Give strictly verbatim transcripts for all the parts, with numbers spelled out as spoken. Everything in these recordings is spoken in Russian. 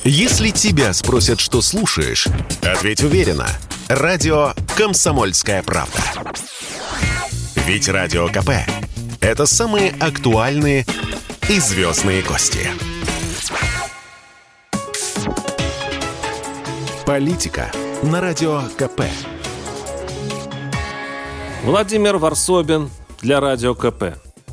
Если тебя спросят, что слушаешь, ответь уверенно. Радио «Комсомольская правда». Ведь Радио КП – это самые актуальные и звездные гости. Политика на Радио КП. Владимир Варсобин для Радио КП.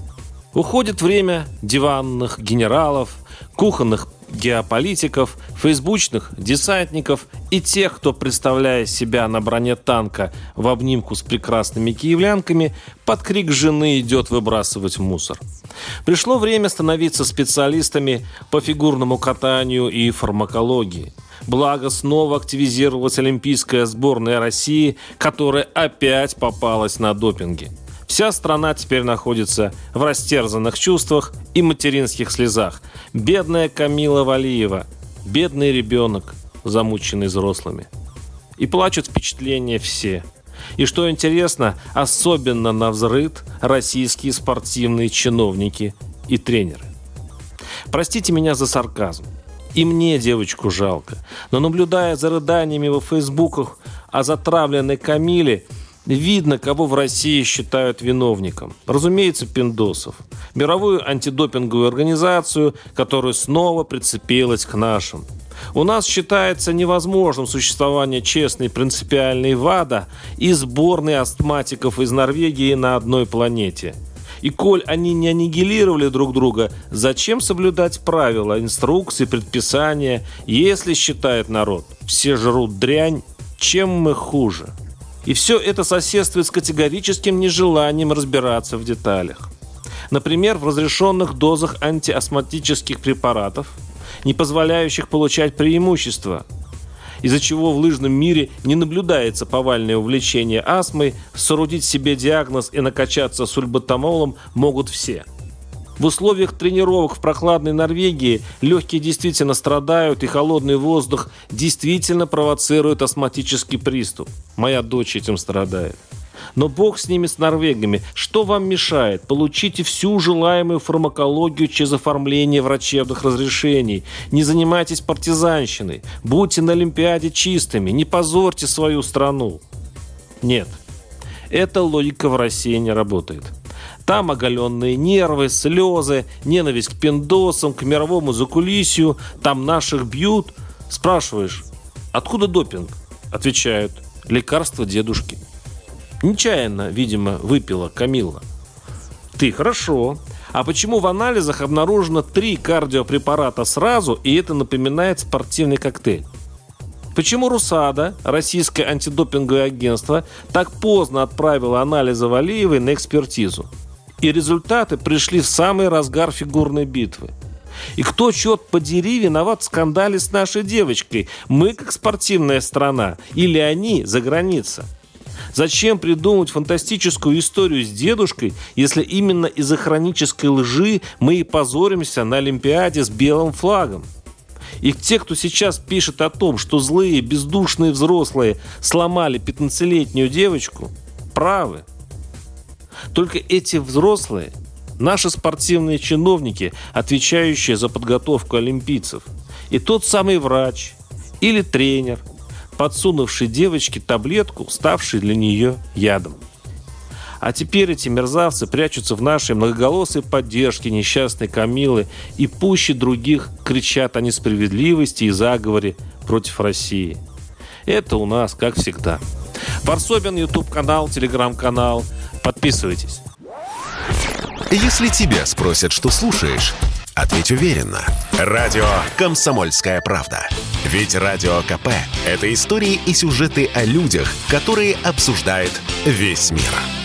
Уходит время диванных генералов, кухонных геополитиков, фейсбучных десантников и тех, кто, представляя себя на броне танка в обнимку с прекрасными киевлянками, под крик жены идет выбрасывать мусор. Пришло время становиться специалистами по фигурному катанию и фармакологии. Благо, снова активизировалась олимпийская сборная России, которая опять попалась на допинге. Вся страна теперь находится в растерзанных чувствах и материнских слезах. Бедная Камила Валиева, бедный ребенок, замученный взрослыми. И плачут впечатления все. И что интересно, особенно навзрыд российские спортивные чиновники и тренеры. Простите меня за сарказм. И мне девочку жалко. Но наблюдая за рыданиями во фейсбуках о затравленной Камиле, видно, кого в России считают виновником. Разумеется, пиндосов. Мировую антидопинговую организацию, которая снова прицепилась к нашим. У нас считается невозможным существование честной принципиальной ВАДА и сборной астматиков из Норвегии на одной планете. И коль они не аннигилировали друг друга, зачем соблюдать правила, инструкции, предписания, если, считает народ, все жрут дрянь, чем мы хуже? И все это соседствует с категорическим нежеланием разбираться в деталях. Например, в разрешенных дозах антиастматических препаратов, не позволяющих получать преимущества, из-за чего в лыжном мире не наблюдается повальное увлечение астмой, соорудить себе диагноз и накачаться сульбутамолом могут все. В условиях тренировок в прохладной Норвегии легкие действительно страдают, и холодный воздух действительно провоцирует астматический приступ. Моя дочь этим страдает. Но бог с ними, с норвегами. Что вам мешает? Получите всю желаемую фармакологию через оформление врачебных разрешений. Не занимайтесь партизанщиной. Будьте на Олимпиаде чистыми. Не позорьте свою страну. Нет, эта логика в России не работает. Там оголенные нервы, слезы, ненависть к пиндосам, к мировому закулисью. Там наших бьют. Спрашиваешь, откуда допинг? Отвечают, лекарство дедушки. Нечаянно, видимо, выпила Камилла. Ты хорошо. А почему в анализах обнаружено три кардиопрепарата сразу, и это напоминает спортивный коктейль? Почему РУСАДА, российское антидопинговое агентство, так поздно отправило анализы Валиевой на экспертизу? И результаты пришли в самый разгар фигурной битвы. И кто, черт подери, виноват в скандале с нашей девочкой? Мы как спортивная страна или они за границей? Зачем придумывать фантастическую историю с дедушкой, если именно из-за хронической лжи мы и позоримся на Олимпиаде с белым флагом? И те, кто сейчас пишет о том, что злые, бездушные взрослые сломали пятнадцатилетнюю девочку, правы. Только эти взрослые – наши спортивные чиновники, отвечающие за подготовку олимпийцев. И тот самый врач или тренер, подсунувший девочке таблетку, ставшей для нее ядом. А теперь эти мерзавцы прячутся в нашей многоголосой поддержке несчастной Камилы и пуще других кричат о несправедливости и заговоре против России. Это у нас, как всегда. Варсобин, YouTube-канал, Telegram-канал. Подписывайтесь. Если тебя спросят, что слушаешь, ответь уверенно. Радио «Комсомольская правда». Ведь Радио КП – это истории и сюжеты о людях, которые обсуждает весь мир.